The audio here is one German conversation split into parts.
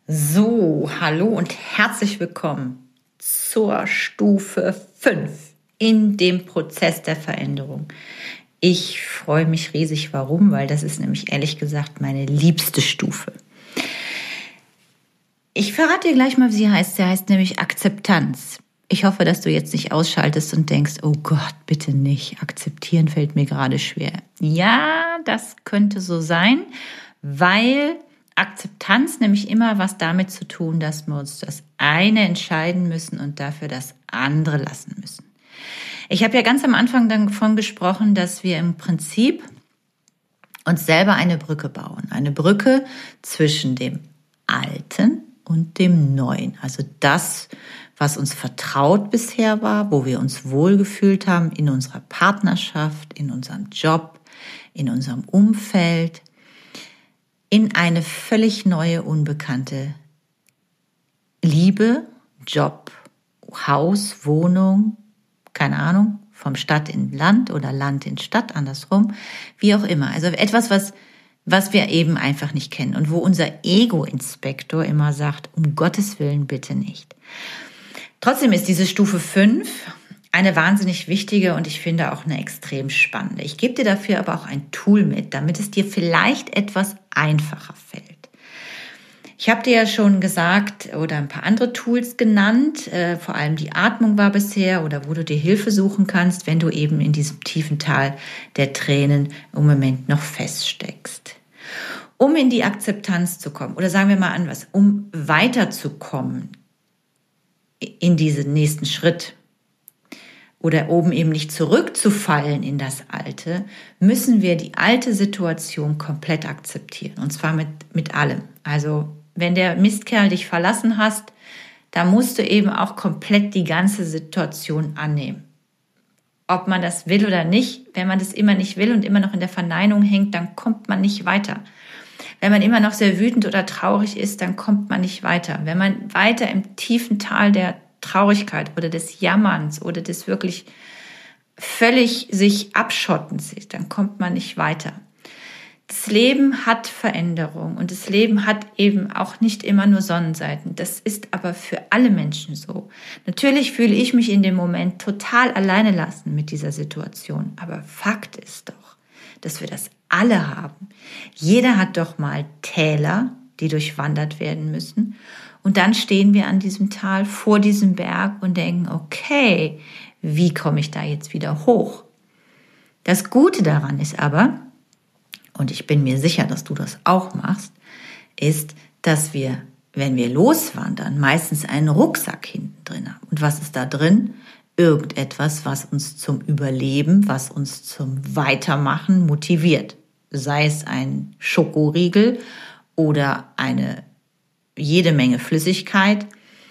So, hallo und herzlich willkommen zur Stufe 5 in dem Prozess der Veränderung. Ich freue mich riesig, warum? Weil das ist nämlich ehrlich gesagt meine liebste Stufe. Ich verrate dir gleich mal, wie sie heißt. Sie heißt nämlich Akzeptanz. Ich hoffe, dass du jetzt nicht ausschaltest und denkst, oh Gott, bitte nicht. Akzeptieren fällt mir gerade schwer. Ja, das könnte so sein, weil Akzeptanz nämlich immer was damit zu tun, dass wir uns das eine entscheiden müssen und dafür das andere lassen müssen. Ich habe ja ganz am Anfang davon gesprochen, dass wir im Prinzip uns selber eine Brücke bauen. Eine Brücke zwischen dem Alten und dem Neuen. Also das, was uns vertraut bisher war, wo wir uns wohlgefühlt haben in unserer Partnerschaft, in unserem Job, in unserem Umfeld, in eine völlig neue, unbekannte Liebe, Job, Haus, Wohnung, keine Ahnung, vom Stadt in Land oder Land in Stadt, andersrum, wie auch immer. Also etwas, was wir eben einfach nicht kennen und wo unser Ego-Inspektor immer sagt, um Gottes Willen bitte nicht. Trotzdem ist diese Stufe 5 eine wahnsinnig wichtige und ich finde auch eine extrem spannende. Ich gebe dir dafür aber auch ein Tool mit, damit es dir vielleicht etwas einfacher fällt. Ich habe dir ja schon gesagt oder ein paar andere Tools genannt, vor allem die Atmung war bisher oder wo du dir Hilfe suchen kannst, wenn du eben in diesem tiefen Tal der Tränen im Moment noch feststeckst. Um in die Akzeptanz zu kommen oder sagen wir mal anders, um weiterzukommen in diesen nächsten Schritt, oder oben eben nicht zurückzufallen in das Alte, müssen wir die alte Situation komplett akzeptieren. Und zwar mit allem. Also wenn der Mistkerl dich verlassen hast, da musst du eben auch komplett die ganze Situation annehmen. Ob man das will oder nicht, wenn man das immer nicht will und immer noch in der Verneinung hängt, dann kommt man nicht weiter. Wenn man immer noch sehr wütend oder traurig ist, dann kommt man nicht weiter. Wenn man weiter im tiefen Tal der Traurigkeit oder des Jammerns oder des wirklich völlig sich Abschottens ist, dann kommt man nicht weiter. Das Leben hat Veränderung und das Leben hat eben auch nicht immer nur Sonnenseiten. Das ist aber für alle Menschen so. Natürlich fühle ich mich in dem Moment total alleine lassen mit dieser Situation, aber Fakt ist doch, dass wir das alle haben. Jeder hat doch mal Täler, die durchwandert werden müssen. Und dann stehen wir an diesem Tal vor diesem Berg und denken, okay, wie komme ich da jetzt wieder hoch? Das Gute daran ist aber, und ich bin mir sicher, dass du das auch machst, ist, dass wir, wenn wir loswandern, meistens einen Rucksack hinten drin haben. Und was ist da drin? Irgendetwas, was uns zum Überleben, was uns zum Weitermachen motiviert. Sei es ein Schokoriegel oder jede Menge Flüssigkeit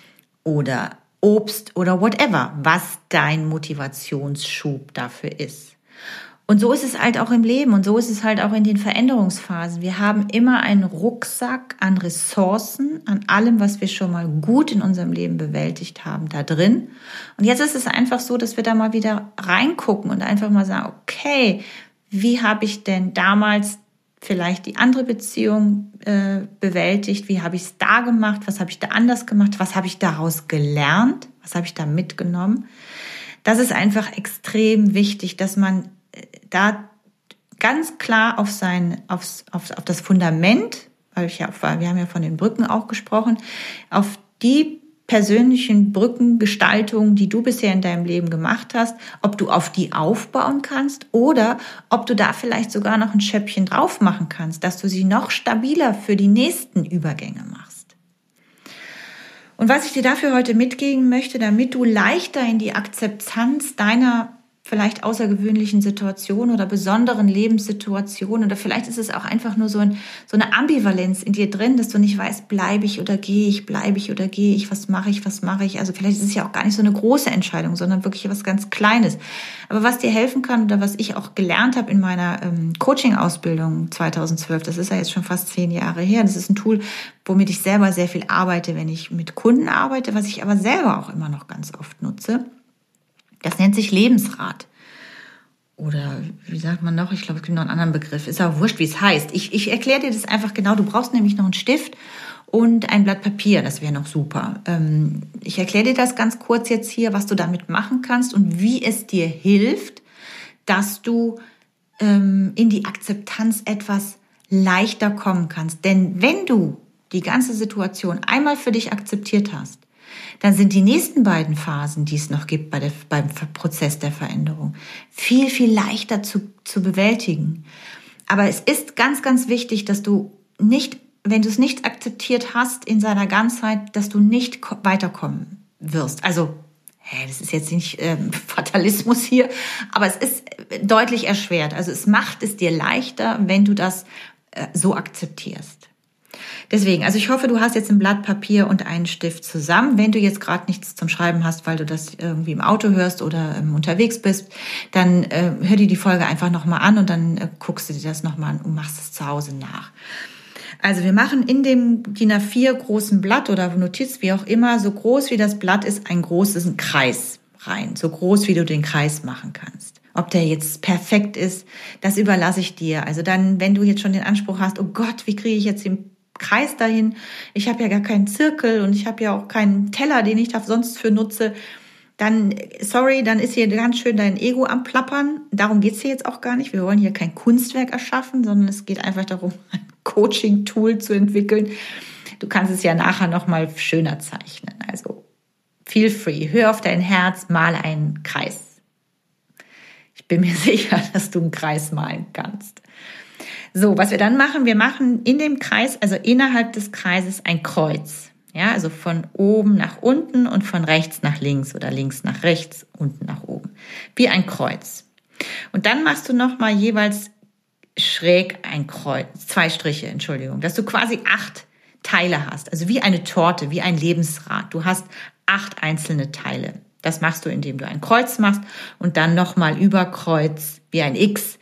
oder Obst oder whatever, was dein Motivationsschub dafür ist. Und so ist es halt auch im Leben und so ist es halt auch in den Veränderungsphasen. Wir haben immer einen Rucksack an Ressourcen, an allem, was wir schon mal gut in unserem Leben bewältigt haben, da drin. Und jetzt ist es einfach so, dass wir da mal wieder reingucken und einfach mal sagen, okay, wie habe ich denn damals vielleicht die andere Beziehung bewältigt, wie habe ich es da gemacht, was habe ich da anders gemacht, was habe ich daraus gelernt, was habe ich da mitgenommen. Das ist einfach extrem wichtig, dass man da ganz klar auf das Fundament, wir haben ja von den Brücken auch gesprochen, auf die persönlichen Brückengestaltungen, die du bisher in deinem Leben gemacht hast, ob du auf die aufbauen kannst oder ob du da vielleicht sogar noch ein Schöppchen drauf machen kannst, dass du sie noch stabiler für die nächsten Übergänge machst. Und was ich dir dafür heute mitgeben möchte, damit du leichter in die Akzeptanz deiner vielleicht außergewöhnlichen Situationen oder besonderen Lebenssituationen oder vielleicht ist es auch einfach nur so eine Ambivalenz in dir drin, dass du nicht weißt, bleibe ich oder gehe ich, was mache ich. Also vielleicht ist es ja auch gar nicht so eine große Entscheidung, sondern wirklich was ganz Kleines. Aber was dir helfen kann oder was ich auch gelernt habe in meiner Coaching-Ausbildung 2012, das ist ja jetzt schon fast 10 Jahre her, das ist ein Tool, womit ich selber sehr viel arbeite, wenn ich mit Kunden arbeite, was ich aber selber auch immer noch ganz oft nutze. Das nennt sich Lebensrat. Oder wie sagt man noch? Ich glaube, es gibt noch einen anderen Begriff. Ist auch wurscht, wie es heißt. Ich erkläre dir das einfach genau. Du brauchst nämlich noch einen Stift und ein Blatt Papier, das wäre noch super. Ich erkläre dir das ganz kurz jetzt hier, was du damit machen kannst und wie es dir hilft, dass du in die Akzeptanz etwas leichter kommen kannst. Denn wenn du die ganze Situation einmal für dich akzeptiert hast, dann sind die nächsten beiden Phasen, die es noch gibt beim Prozess der Veränderung, viel, viel leichter zu bewältigen. Aber es ist ganz, ganz wichtig, dass du nicht, wenn du es nicht akzeptiert hast in seiner Ganzheit, dass du nicht weiterkommen wirst. Also, das ist jetzt nicht Fatalismus hier, aber es ist deutlich erschwert. Also es macht es dir leichter, wenn du das so akzeptierst. Deswegen, also ich hoffe, du hast jetzt ein Blatt Papier und einen Stift zusammen. Wenn du jetzt gerade nichts zum Schreiben hast, weil du das irgendwie im Auto hörst oder unterwegs bist, dann hör dir die Folge einfach nochmal an und dann guckst du dir das nochmal an und machst es zu Hause nach. Also wir machen in dem DIN A4 großen Blatt oder Notiz, wie auch immer, so groß wie das Blatt ist, einen Kreis rein. So groß, wie du den Kreis machen kannst. Ob der jetzt perfekt ist, das überlasse ich dir. Also dann, wenn du jetzt schon den Anspruch hast, oh Gott, wie kriege ich jetzt den Kreis dahin? Ich habe ja gar keinen Zirkel und ich habe ja auch keinen Teller, den ich da sonst für nutze. Dann, sorry, dann ist hier ganz schön dein Ego am Plappern. Darum geht's hier jetzt auch gar nicht. Wir wollen hier kein Kunstwerk erschaffen, sondern es geht einfach darum, ein Coaching-Tool zu entwickeln. Du kannst es ja nachher nochmal schöner zeichnen. Also, feel free. Hör auf dein Herz, mal einen Kreis. Ich bin mir sicher, dass du einen Kreis malen kannst. So, was wir dann machen, wir machen in dem Kreis, also innerhalb des Kreises ein Kreuz. Ja, also von oben nach unten und von rechts nach links oder links nach rechts, unten nach oben. Wie ein Kreuz. Und dann machst du nochmal jeweils schräg ein Kreuz, 2 Striche, Entschuldigung, dass du quasi 8 Teile hast. Also wie eine Torte, wie ein Lebensrad. Du hast 8 einzelne Teile. Das machst du, indem du ein Kreuz machst und dann nochmal über Kreuz, wie ein X,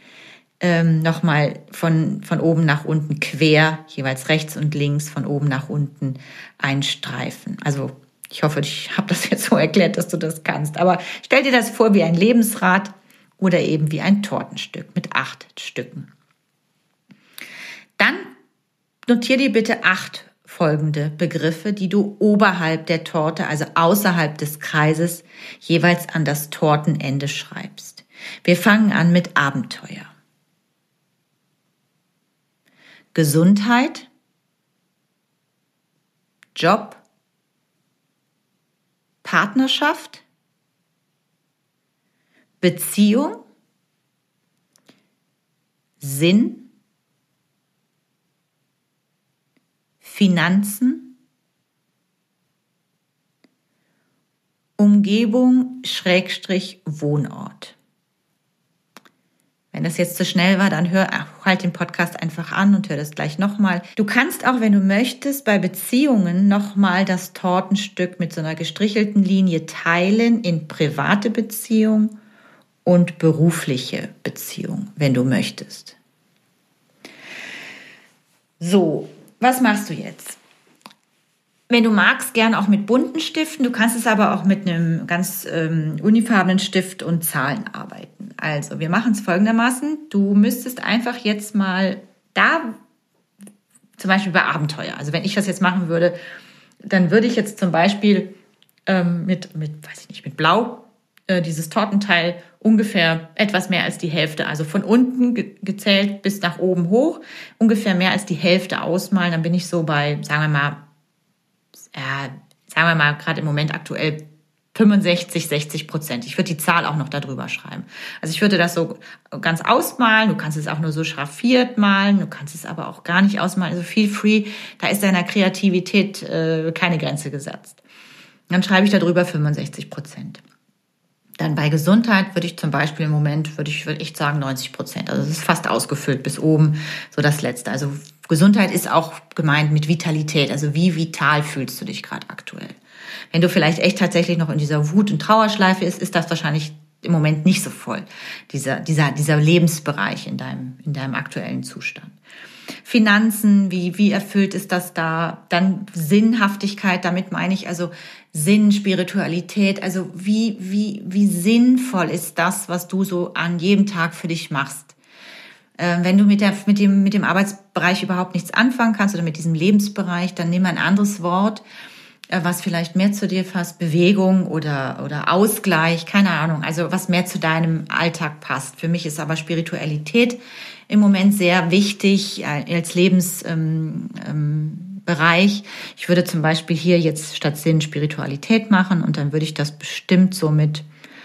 nochmal von oben nach unten quer, jeweils rechts und links, von oben nach unten ein Streifen. Also ich hoffe, ich habe das jetzt so erklärt, dass du das kannst. Aber stell dir das vor wie ein Lebensrad oder eben wie ein Tortenstück mit 8 Stücken. Dann notier dir bitte 8 folgende Begriffe, die du oberhalb der Torte, also außerhalb des Kreises, jeweils an das Tortenende schreibst. Wir fangen an mit Abenteuer. Gesundheit, Job, Partnerschaft, Beziehung, Sinn, Finanzen, Umgebung, Wohnort. Wenn das jetzt zu schnell war, dann halt den Podcast einfach an und hör das gleich nochmal. Du kannst auch, wenn du möchtest, bei Beziehungen nochmal das Tortenstück mit so einer gestrichelten Linie teilen in private Beziehung und berufliche Beziehung, wenn du möchtest. So, was machst du jetzt? Wenn du magst, gern auch mit bunten Stiften. Du kannst es aber auch mit einem ganz unifarbenen Stift und Zahlen arbeiten. Also, wir machen es folgendermaßen. Du müsstest einfach jetzt mal da, zum Beispiel bei Abenteuer. Also, wenn ich das jetzt machen würde, dann würde ich jetzt zum Beispiel mit Blau dieses Tortenteil ungefähr etwas mehr als die Hälfte, also von unten gezählt bis nach oben hoch, ungefähr mehr als die Hälfte ausmalen. Dann bin ich so bei, sagen wir mal gerade im Moment aktuell 65-60%. Ich würde die Zahl auch noch darüber schreiben. Also ich würde das so ganz ausmalen. Du kannst es auch nur so schraffiert malen. Du kannst es aber auch gar nicht ausmalen. Also feel free. Da ist deiner Kreativität keine Grenze gesetzt. Dann schreibe ich darüber 65%. Dann bei Gesundheit würde ich zum Beispiel im Moment, würde ich sagen 90%. Also es ist fast ausgefüllt bis oben, so das Letzte. Also Gesundheit ist auch gemeint mit Vitalität. Also wie vital fühlst du dich gerade aktuell? Wenn du vielleicht echt tatsächlich noch in dieser Wut- und Trauerschleife ist das wahrscheinlich im Moment nicht so voll, dieser Lebensbereich in deinem aktuellen Zustand. Finanzen, wie erfüllt ist das da? Dann Sinnhaftigkeit, damit meine ich also Sinn, Spiritualität, also wie sinnvoll ist das, was du so an jedem Tag für dich machst? Wenn du mit dem Arbeitsbereich überhaupt nichts anfangen kannst oder mit diesem Lebensbereich, dann nimm ein anderes Wort, was vielleicht mehr zu dir passt, Bewegung oder Ausgleich, keine Ahnung, also was mehr zu deinem Alltag passt. Für mich ist aber Spiritualität im Moment sehr wichtig als Lebensbereich. Ich würde zum Beispiel hier jetzt statt Sinn Spiritualität machen und dann würde ich das bestimmt so mit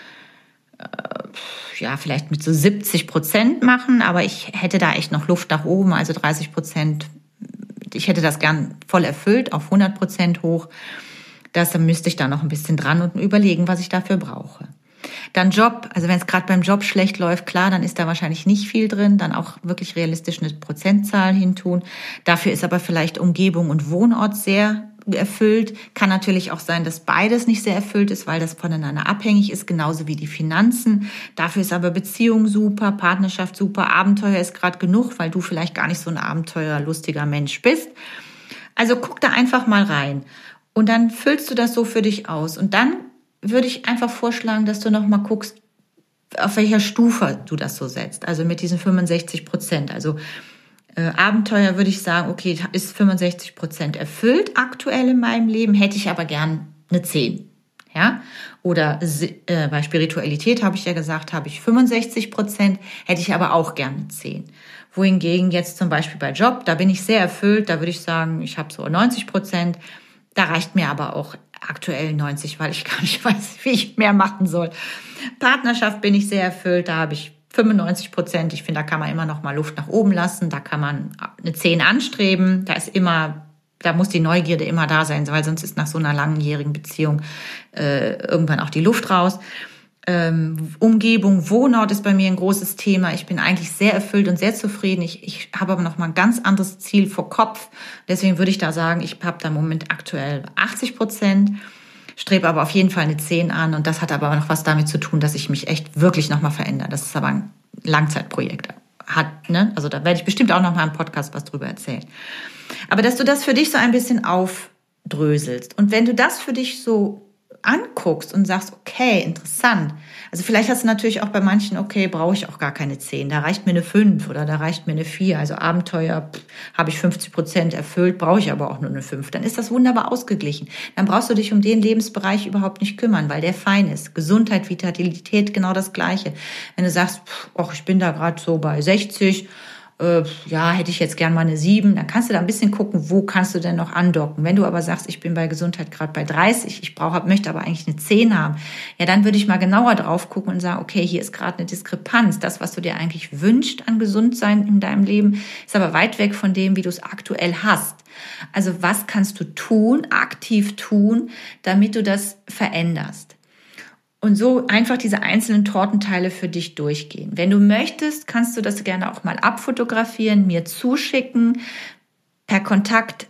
vielleicht mit so 70% machen, aber ich hätte da echt noch Luft nach oben, also 30%. Ich hätte das gern voll erfüllt, auf 100% hoch. Dann müsste ich da noch ein bisschen dran und überlegen, was ich dafür brauche. Dann Job, also wenn es gerade beim Job schlecht läuft, klar, dann ist da wahrscheinlich nicht viel drin, dann auch wirklich realistisch eine Prozentzahl hintun. Dafür ist aber vielleicht Umgebung und Wohnort sehr erfüllt. Kann natürlich auch sein, dass beides nicht sehr erfüllt ist, weil das voneinander abhängig ist, genauso wie die Finanzen. Dafür ist aber Beziehung super, Partnerschaft super, Abenteuer ist gerade genug, weil du vielleicht gar nicht so ein abenteuerlustiger Mensch bist. Also guck da einfach mal rein und dann füllst du das so für dich aus. Und dann würde ich einfach vorschlagen, dass du noch mal guckst, auf welcher Stufe du das so setzt. Also mit diesen 65%. Also Abenteuer würde ich sagen, okay, ist 65% erfüllt aktuell in meinem Leben, hätte ich aber gern eine 10. Ja? Oder bei Spiritualität habe ich ja gesagt, habe ich 65%, hätte ich aber auch gern eine 10. Wohingegen jetzt zum Beispiel bei Job, da bin ich sehr erfüllt, da würde ich sagen, ich habe so 90%, da reicht mir aber auch aktuell 90, weil ich gar nicht weiß, wie ich mehr machen soll. Partnerschaft bin ich sehr erfüllt, da habe ich 95%. Ich finde, da kann man immer noch mal Luft nach oben lassen. Da kann man eine 10 anstreben. Da muss die Neugierde immer da sein, weil sonst ist nach so einer langjährigen Beziehung irgendwann auch die Luft raus. Umgebung, Wohnort ist bei mir ein großes Thema. Ich bin eigentlich sehr erfüllt und sehr zufrieden. Ich habe aber noch mal ein ganz anderes Ziel vor Kopf. Deswegen würde ich da sagen, ich habe da im Moment aktuell 80%. Strebe aber auf jeden Fall eine 10 an und das hat aber noch was damit zu tun, dass ich mich echt wirklich nochmal verändere. Das ist aber ein Langzeitprojekt. Also da werde ich bestimmt auch nochmal im Podcast was drüber erzählen. Aber dass du das für dich so ein bisschen aufdröselst und wenn du das für dich so anguckst und sagst, okay, interessant. Also vielleicht hast du natürlich auch bei manchen, okay, brauche ich auch gar keine 10, da reicht mir eine 5 oder da reicht mir eine 4. Also Abenteuer habe ich 50% erfüllt, brauche ich aber auch nur eine 5. Dann ist das wunderbar ausgeglichen. Dann brauchst du dich um den Lebensbereich überhaupt nicht kümmern, weil der fein ist. Gesundheit, Vitalität, genau das Gleiche. Wenn du sagst, ich bin da gerade so bei 60, hätte ich jetzt gern mal eine 7, dann kannst du da ein bisschen gucken, wo kannst du denn noch andocken. Wenn du aber sagst, ich bin bei Gesundheit gerade bei 30, möchte aber eigentlich eine 10 haben, ja, dann würde ich mal genauer drauf gucken und sagen, okay, hier ist gerade eine Diskrepanz. Das, was du dir eigentlich wünschst an Gesundsein in deinem Leben, ist aber weit weg von dem, wie du es aktuell hast. Also was kannst du aktiv tun, damit du das veränderst? Und so einfach diese einzelnen Tortenteile für dich durchgehen. Wenn du möchtest, kannst du das gerne auch mal abfotografieren, mir zuschicken, per Kontakt,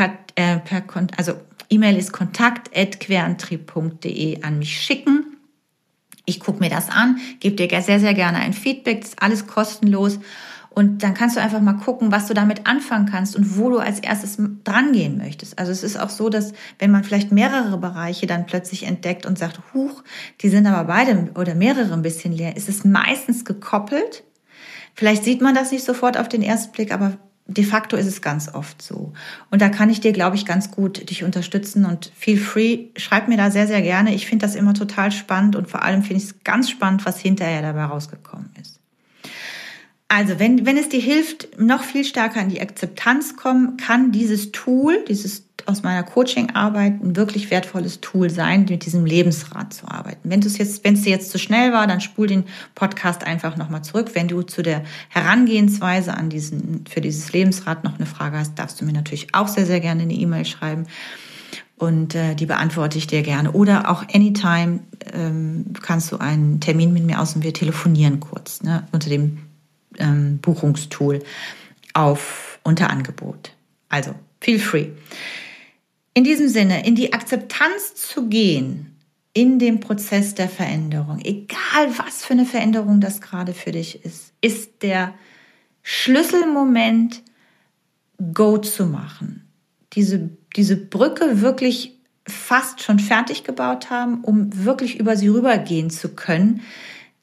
also E-Mail ist kontakt@querantrieb.de an mich schicken. Ich gucke mir das an, gebe dir sehr, sehr gerne ein Feedback, das ist alles kostenlos. Und dann kannst du einfach mal gucken, was du damit anfangen kannst und wo du als erstes dran gehen möchtest. Also es ist auch so, dass wenn man vielleicht mehrere Bereiche dann plötzlich entdeckt und sagt, die sind aber beide oder mehrere ein bisschen leer, ist es meistens gekoppelt. Vielleicht sieht man das nicht sofort auf den ersten Blick, aber de facto ist es ganz oft so. Und da kann ich dir, glaube ich, ganz gut dich unterstützen und feel free. Schreib mir da sehr, sehr gerne. Ich finde das immer total spannend und vor allem finde ich es ganz spannend, was hinterher dabei rausgekommen ist. Also, wenn es dir hilft, noch viel stärker in die Akzeptanz kommen, kann dieses Tool, dieses aus meiner Coaching-Arbeit ein wirklich wertvolles Tool sein, mit diesem Lebensrad zu arbeiten. Wenn es dir jetzt zu schnell war, dann spul den Podcast einfach nochmal zurück. Wenn du zu der Herangehensweise für dieses Lebensrad noch eine Frage hast, darfst du mir natürlich auch sehr, sehr gerne eine E-Mail schreiben. Und die beantworte ich dir gerne. Oder auch anytime kannst du einen Termin mit mir ausmachen. Wir telefonieren kurz, unter dem Buchungstool unter Angebot. Also, feel free. In diesem Sinne, in die Akzeptanz zu gehen, in dem Prozess der Veränderung, egal was für eine Veränderung das gerade für dich ist der Schlüsselmoment, Go zu machen. Diese Brücke wirklich fast schon fertig gebaut haben, um wirklich über sie rübergehen zu können.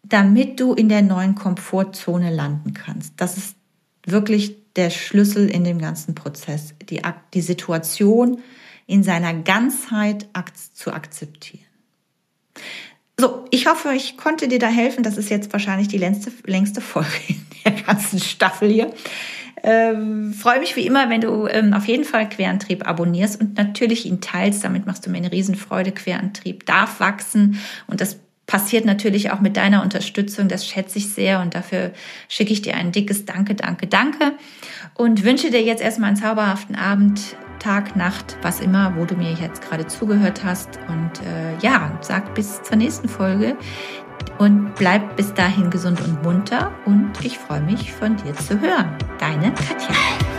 damit du in der neuen Komfortzone landen kannst. Das ist wirklich der Schlüssel in dem ganzen Prozess, die Situation in seiner Ganzheit zu akzeptieren. So, ich hoffe, ich konnte dir da helfen. Das ist jetzt wahrscheinlich die längste Folge in der ganzen Staffel hier. Freue mich wie immer, wenn du auf jeden Fall Querantrieb abonnierst und natürlich ihn teilst. Damit machst du mir eine Riesenfreude. Querantrieb darf wachsen und das passiert natürlich auch mit deiner Unterstützung. Das schätze ich sehr und dafür schicke ich dir ein dickes Danke, Danke, Danke und wünsche dir jetzt erstmal einen zauberhaften Abend, Tag, Nacht, was immer, wo du mir jetzt gerade zugehört hast. Und sag bis zur nächsten Folge und bleib bis dahin gesund und munter. Und ich freue mich, von dir zu hören. Deine Katja.